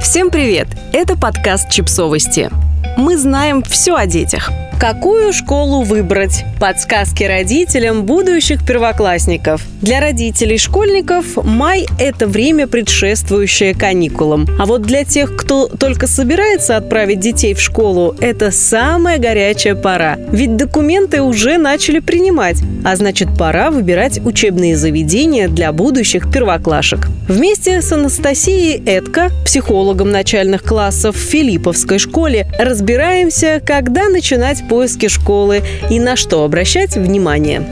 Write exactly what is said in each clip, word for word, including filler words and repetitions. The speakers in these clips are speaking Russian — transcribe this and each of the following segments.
Всем привет! Это подкаст «Чипсовости». Мы знаем все о детях. Какую школу выбрать? Подсказки родителям будущих первоклассников. Для родителей школьников май – это время, предшествующее каникулам. А вот для тех, кто только собирается отправить детей в школу, это самая горячая пора. Ведь документы уже начали принимать, а значит, пора выбирать учебные заведения для будущих первоклашек. Вместе с Анастасией Этко, психологом начальных классов в Филипповской школе, разбираемся, когда начинать поиски школы и на что обращать внимание.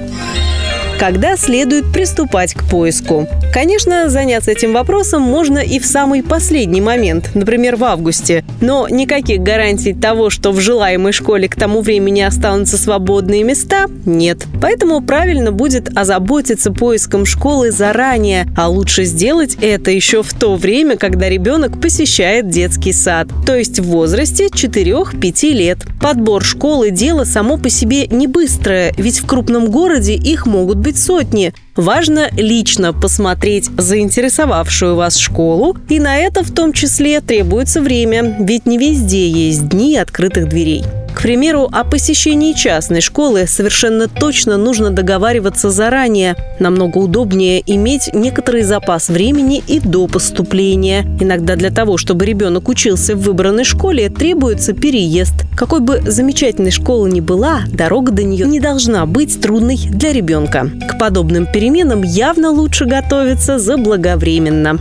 Когда следует приступать к поиску? Конечно, заняться этим вопросом можно и в самый последний момент, например, в августе. Но никаких гарантий того, что в желаемой школе к тому времени останутся свободные места, нет. Поэтому правильно будет озаботиться поиском школы заранее, а лучше сделать это еще в то время, когда ребенок посещает детский сад, то есть в возрасте четыре-пять лет. Подбор школы – дело само по себе не быстрое, ведь в крупном городе их могут быть сотни. Важно лично посмотреть заинтересовавшую вас школу, и на это в том числе требуется время, ведь не везде есть дни открытых дверей. К примеру, о посещении частной школы совершенно точно нужно договариваться заранее. Намного удобнее иметь некоторый запас времени и до поступления. Иногда для того, чтобы ребенок учился в выбранной школе, требуется переезд. Какой бы замечательной школа ни была, дорога до нее не должна быть трудной для ребенка. К подобным переменам явно лучше готовиться заблаговременно.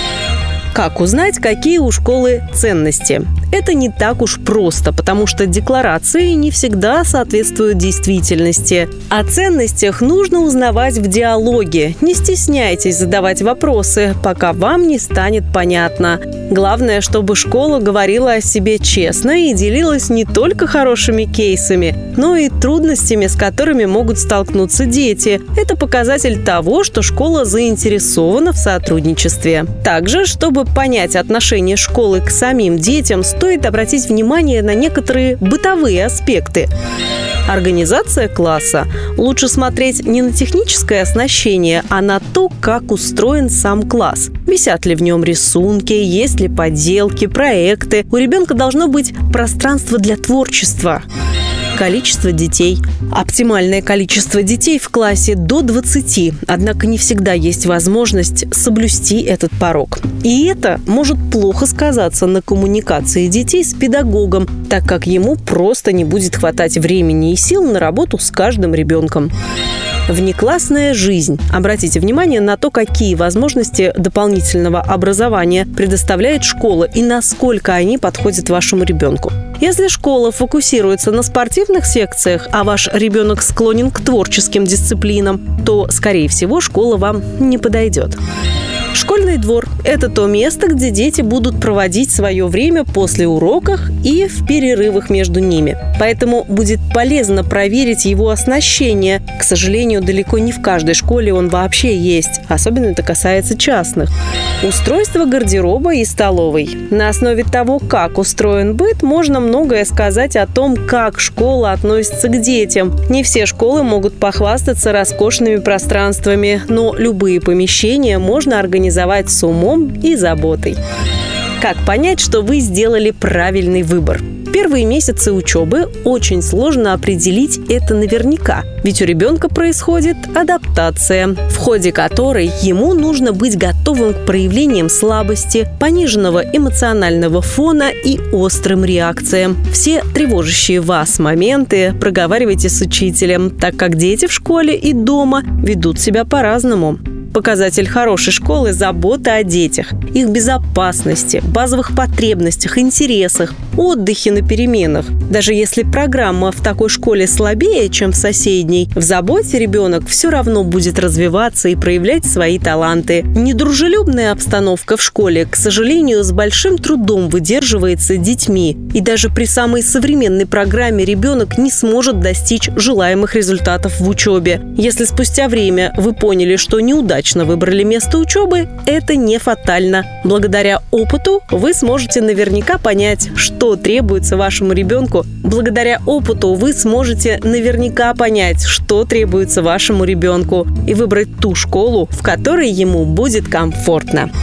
Как узнать, какие у школы ценности? Это не так уж просто, потому что декларации не всегда соответствуют действительности. О ценностях нужно узнавать в диалоге. Не стесняйтесь задавать вопросы, пока вам не станет понятно. Главное, чтобы школа говорила о себе честно и делилась не только хорошими кейсами, но и трудностями, с которыми могут столкнуться дети. Это показатель того, что школа заинтересована в сотрудничестве. Также, чтобы понять отношение школы к самим детям, стоит обратить внимание на некоторые бытовые аспекты. Организация класса. Лучше смотреть не на техническое оснащение, а на то, как устроен сам класс. Висят ли в нем рисунки, есть ли поделки, проекты. У ребенка должно быть пространство для творчества. Количество детей. Оптимальное количество детей в классе до двадцати, однако не всегда есть возможность соблюсти этот порог. И это может плохо сказаться на коммуникации детей с педагогом, так как ему просто не будет хватать времени и сил на работу с каждым ребенком. Внеклассная жизнь. Обратите внимание на то, какие возможности дополнительного образования предоставляет школа и насколько они подходят вашему ребенку. Если школа фокусируется на спортивных секциях, а ваш ребенок склонен к творческим дисциплинам, то, скорее всего, школа вам не подойдет. Школьный двор – это то место, где дети будут проводить свое время после уроков и в перерывах между ними. Поэтому будет полезно проверить его оснащение. К сожалению, далеко не в каждой школе он вообще есть. Особенно это касается частных. Устройство гардероба и столовой. На основе того, как устроен быт, можно многое сказать о том, как школа относится к детям. Не все школы могут похвастаться роскошными пространствами, но любые помещения можно организовать с умом и заботой. Как понять, что вы сделали правильный выбор? Первые месяцы учебы очень сложно определить это наверняка, ведь у ребенка происходит адаптация, в ходе которой ему нужно быть готовым к проявлениям слабости, пониженного эмоционального фона и острым реакциям. Все тревожащие вас моменты проговаривайте с учителем, так как дети в школе и дома ведут себя по-разному. Показатель хорошей школы – забота о детях, их безопасности, базовых потребностях, интересах, отдыхе на переменах. Даже если программа в такой школе слабее, чем в соседней, в заботе ребенок все равно будет развиваться и проявлять свои таланты. Недружелюбная обстановка в школе, к сожалению, с большим трудом выдерживается детьми. И даже при самой современной программе ребенок не сможет достичь желаемых результатов в учебе. Если спустя время вы поняли, что неудачно выбрали место учебы, это не фатально. Благодаря опыту вы сможете наверняка понять, что требуется вашему ребенку. Благодаря опыту вы сможете наверняка понять, что требуется вашему ребенку, и выбрать ту школу, в которой ему будет комфортно.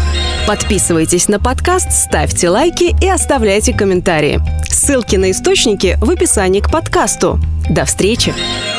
Подписывайтесь на подкаст, ставьте лайки и оставляйте комментарии. Ссылки на источники в описании к подкасту. До встречи!